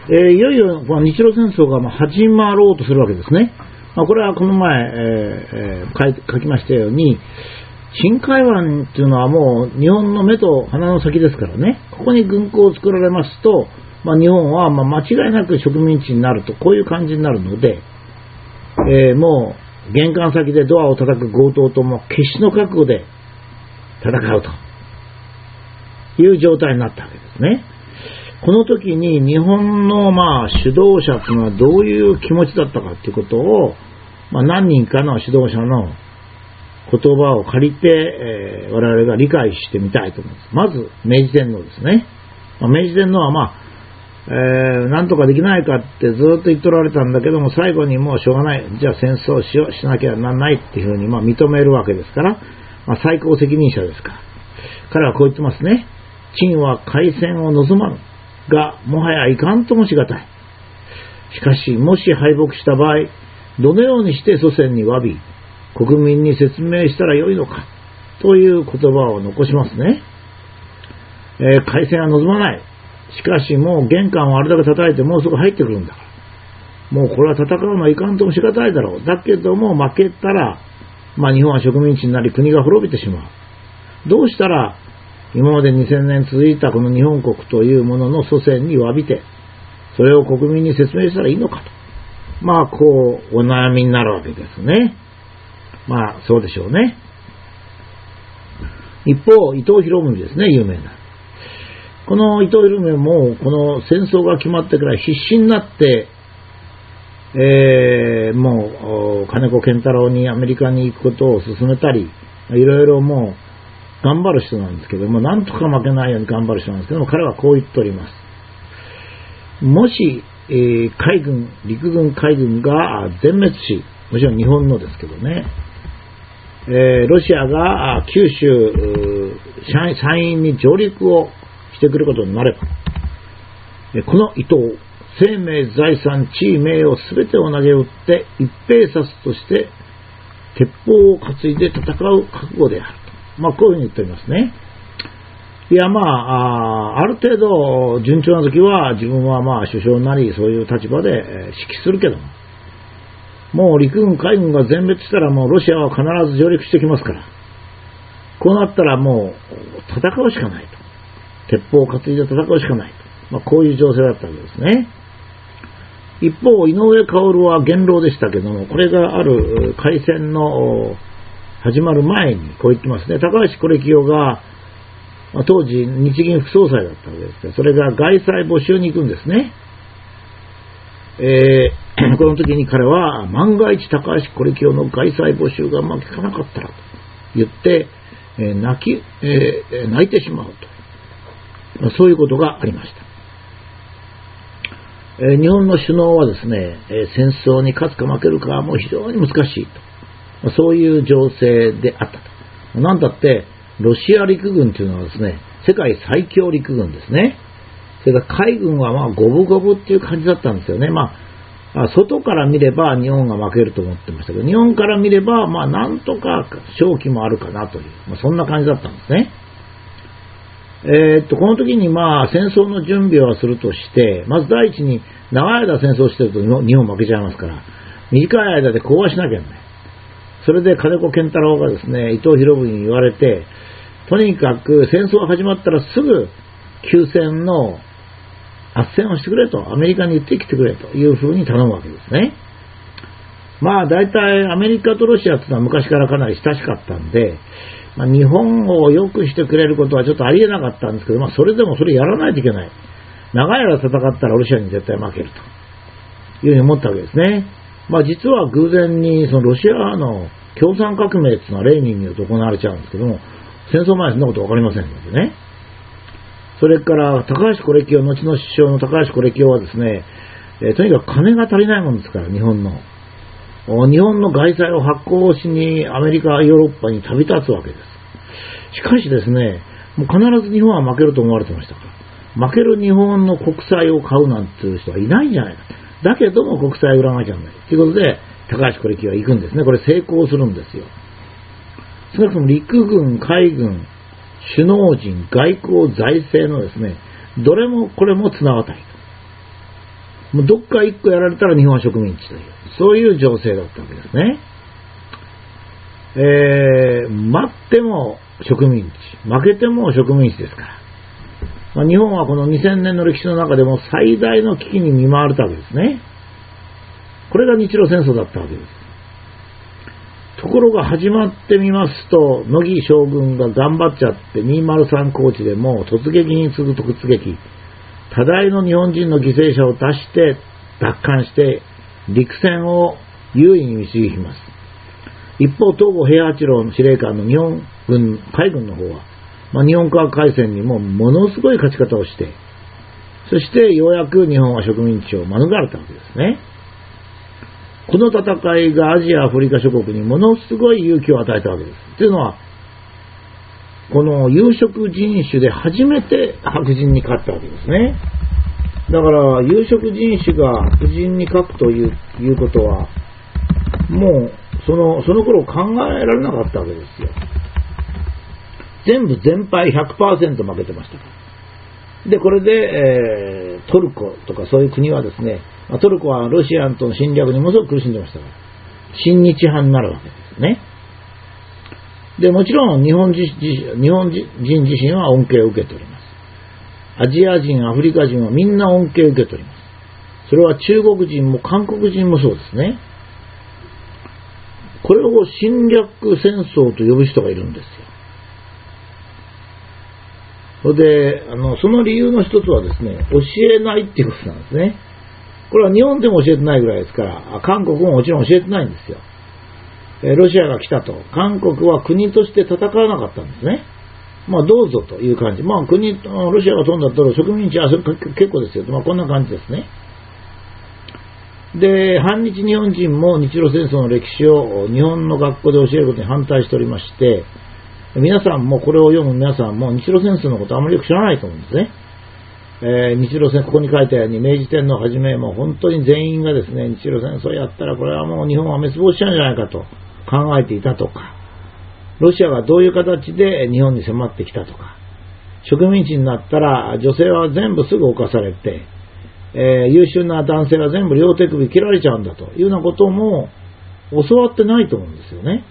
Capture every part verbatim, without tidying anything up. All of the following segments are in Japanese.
えー、いよいよこの日露戦争がまあ始まろうとするわけですね。まあ、これはこの前、えーえー、書い書きましたように、新海湾っていうのはもう日本の目と鼻の先ですからね、ここに軍港を作られますと、まあ、日本はまあ間違いなく植民地になると、こういう感じになるので、えー、もう玄関先でドアを叩く強盗とも決死の覚悟で戦うという状態になったわけですね。この時に日本のまあ指導者というのはどういう気持ちだったかということを、まあ、何人かの指導者の言葉を借りて、えー、我々が理解してみたいと思います。まず明治天皇ですね。まあ、明治天皇はまあ、えー、なんとかできないかってずっと言っておられたんだけども、最後にもうしょうがない、じゃあ戦争しようしなきゃならないっていうふうにまあ認めるわけですから、まあ、最高責任者ですから、彼はこう言ってますね。陳は開戦を望まぬが、もはやいかんともしがたい。しかし、もし敗北した場合、どのようにして祖先に詫び、国民に説明したらよいのか、という言葉を残しますね。えー、開戦は望まない。しかし、もう玄関をあれだけ叩いてもうすぐ入ってくるんだから。もうこれは戦うのはいかんともしがたいだろう。だけども負けたら、まあ日本は植民地になり国が滅びてしまう。どうしたら、今までにせんねん続いたこの日本国というものの祖先に詫びて、それを国民に説明したらいいのかと。まあ、こう、お悩みになるわけですね。まあ、そうでしょうね。一方、伊藤博文ですね、有名な。この伊藤博文も、この戦争が決まってから必死になって、えー、もう、金子健太郎にアメリカに行くことを勧めたり、いろいろもう、頑張る人なんですけども、なんとか負けないように頑張る人なんですけども、彼はこう言っております。もし、えー、海軍、陸軍海軍が全滅し、もちろん日本のですけどね、えー、ロシアが九州、山陰に上陸をしてくることになれば、この伊藤、生命、財産、地位、名誉すべてを投げ打って一平殺として鉄砲を担いで戦う覚悟である。まあ、こういうふうに言っておりますね。いや、まあ、あ, ある程度順調な時は自分はまあ首相なりそういう立場で指揮するけども、もう陸軍海軍が全滅したらもうロシアは必ず上陸してきますから、こうなったらもう戦うしかないと。鉄砲を担いで戦うしかないと。まあ、こういう情勢だったわけですね。一方、井上馨は元老でしたけども、これがある開戦の始まる前にこう言ってますね。高橋是清が当時日銀副総裁だったわけですけど、それが外債募集に行くんですね。えー、この時に彼は万が一高橋是清の外債募集がうまくいかなかったらと言って、えー、泣き、えー、泣いてしまうと、そういうことがありました。えー、日本の首脳はですね、えー、戦争に勝つか負けるかはもう非常に難しいと。そういう情勢であったと。なんだって、ロシア陸軍というのはですね、世界最強陸軍ですね。それから海軍はまあ五分五分っていう感じだったんですよね。まあ、外から見れば日本が負けると思ってましたけど、日本から見れば、まあなんとか勝機もあるかなという、まあ、そんな感じだったんですね。えー、っと、この時にまあ戦争の準備をするとして、まず第一に長い間戦争してると日本負けちゃいますから、短い間で講和しなきゃいけない。それで金子健太郎がですね、伊藤博文に言われて、とにかく戦争が始まったらすぐ休戦の斡旋をしてくれと、アメリカに言ってきてくれというふうに頼むわけですね。まあ大体アメリカとロシアというのは昔からかなり親しかったんで、まあ、日本を良くしてくれることはちょっとありえなかったんですけど、まあそれでもそれやらないといけない。長い間戦ったらロシアに絶対負けるというふうに思ったわけですね。まあ実は偶然にそのロシアの共産革命っていうのはレーニンによって行われちゃうんですけども、戦争前はそんなこと分かりませんのでね。それから高橋是清、後の首相の高橋是清はですね、えー、とにかく金が足りないもんですから、日本の日本の外債を発行しにアメリカ、ヨーロッパに旅立つわけです。しかしですね、もう必ず日本は負けると思われてましたから、負ける日本の国債を買うなんていう人はいないんじゃないか。だけども国債売らなきゃならないということで、高橋是清は行くんですね。これ成功するんですよ。少なくとも陸軍、海軍、首脳陣、外交、財政のですね、どれもこれも綱渡りもうどっか一個やられたら日本は植民地という、そういう情勢だったわけですね。えー、待っても植民地、負けても植民地ですから。まあ、日本はこのにせんねんの歴史の中でも最大の危機に見舞われたわけですね。これが日露戦争だったわけです。ところが始まってみますと、乃木将軍が頑張っちゃってにひゃくさん高地でも突撃に次ぐ突撃、多大の日本人の犠牲者を出して奪還して陸戦を優位に導きます。一方、東郷平八郎の司令官の日本軍海軍の方は、まあ、日本海海戦にもものすごい勝ち方をして、そしてようやく日本は植民地を免れたわけですね。この戦いがアジア、アフリカ諸国にものすごい勇気を与えたわけです。というのは、この有色人種で初めて白人に勝ったわけですね。だから有色人種が白人に勝つという、いうことは、もうその、その頃考えられなかったわけですよ。全部全敗 ひゃくパーセント 負けてましたから。で、これで、えー、トルコとかそういう国はですね、トルコはロシアとの侵略にものすごく苦しんでましたから、親日派になるわけですね。で、もちろん日本人日本人自身は恩恵を受けております。アジア人、アフリカ人はみんな恩恵を受けております。それは中国人も韓国人もそうですね。これを侵略戦争と呼ぶ人がいるんですよ。それで、あの、その理由の一つはですね、教えないっていうことなんですね。これは日本でも教えてないぐらいですから、韓国ももちろん教えてないんですよ。ロシアが来たと。韓国は国として戦わなかったんですね。まあどうぞという感じ。まあ国、ロシアが飛んだったら植民地はそれ結構ですよ。まあこんな感じですね。で、反日日本人も日露戦争の歴史を日本の学校で教えることに反対しておりまして、皆さんもこれを読む皆さんも日露戦争のことあまりよく知らないと思うんですね。えー、日露戦、ここに書いたように明治天皇をはじめもう本当に全員がですね、日露戦争やったらこれはもう日本は滅亡しちゃうんじゃないかと考えていたとか、ロシアがどういう形で日本に迫ってきたとか、植民地になったら女性は全部すぐ侵されて、えー、優秀な男性は全部両手首切られちゃうんだというようなことも教わってないと思うんですよね。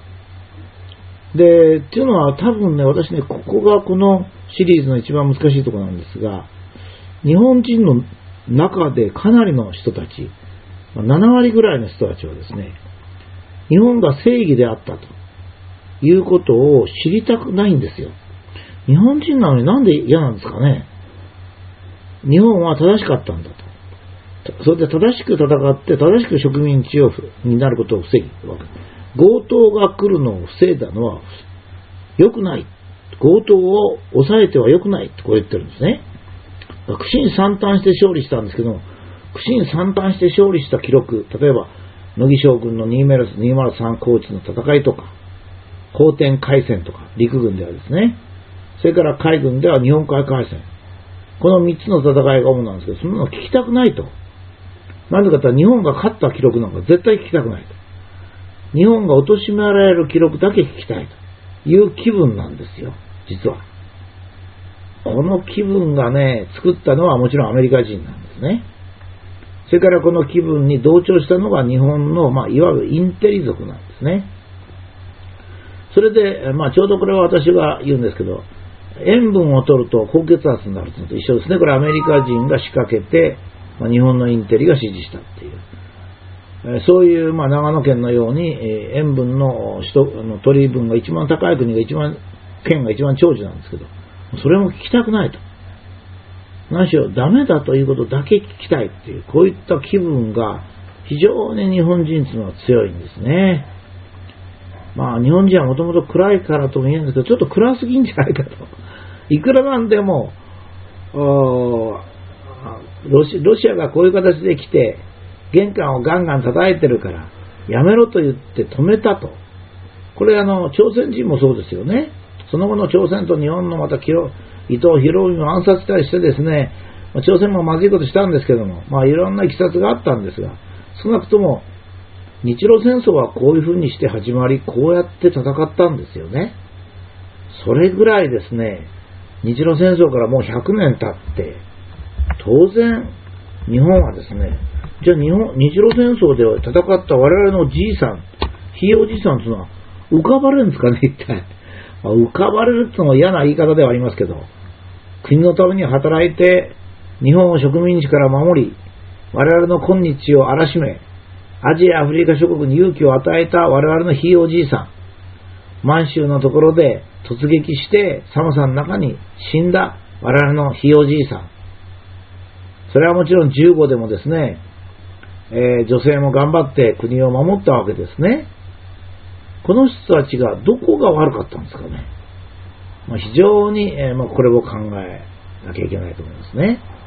で、っていうのは多分ね、私ね、ここがこのシリーズの一番難しいところなんですが、日本人の中でかなりの人たち、ななわりぐらいの人たちはですね、日本が正義であったということを知りたくないんですよ。日本人なのになんで嫌なんですかね。日本は正しかったんだと。それで正しく戦って正しく植民地をになることを防ぎ、強盗が来るのを防いだのは良くない。強盗を抑えては良くないとこう言ってるんですね。苦心惨憺して勝利したんですけども、苦心惨憺して勝利した記録、例えば乃木将軍のにひゃくさん高地の戦いとか、奉天海戦とか、陸軍ではですね、それから海軍では日本海海戦、このみっつの戦いが主なんですけど、そんなの聞きたくないと。なぜかというと日本が勝った記録なんか絶対聞きたくないと。日本が貶められる記録だけ聞きたいという気分なんですよ、実は。この気分がね、作ったのはもちろんアメリカ人なんですね。それからこの気分に同調したのが日本の、まあ、いわゆるインテリ族なんですね。それで、まあ、ちょうどこれは私が言うんですけど、塩分を取ると高血圧になるのと一緒ですね。これはアメリカ人が仕掛けて、まあ、日本のインテリが指示したっていう。そういう、まあ、長野県のように、えー、塩分の人の取り分が一番高い国が一番、県が一番長寿なんですけど、それも聞きたくないと。何しろダメだということだけ聞きたいっていう、こういった気分が非常に日本人というのは強いんですね。まあ日本人はもともと暗いからとも言えるんですけど、ちょっと暗すぎんじゃないかと。いくらなんでも、ロシ、ロシアがこういう形で来て、玄関をガンガン叩いてるから、やめろと言って止めたと。これあの、朝鮮人もそうですよね。その後の朝鮮と日本のまた伊藤博文を暗殺したりしてですね、朝鮮もまずいことしたんですけども、まあいろんな経緯があったんですが、少なくとも日露戦争はこういうふうにして始まり、こうやって戦ったんですよね。それぐらいですね、日露戦争からもうひゃくねん経って、当然日本はですね、じゃあ日本、日露戦争で戦った我々のじいさん、ひいおじいさんというのは浮かばれるんですかね、一体。浮かばれるってのも嫌な言い方ではありますけど、国のために働いて、日本を植民地から守り、我々の今日を荒らしめ、アジア、アフリカ諸国に勇気を与えた我々のひいおじいさん、満州のところで突撃して寒さの中に死んだ我々のひいおじいさん、それはもちろんじゅうごでもですね、えー、女性も頑張って国を守ったわけですね。この人たちがどこが悪かったんですかね。まあ、非常に、えーまあ、これを考えなきゃいけないと思いますね。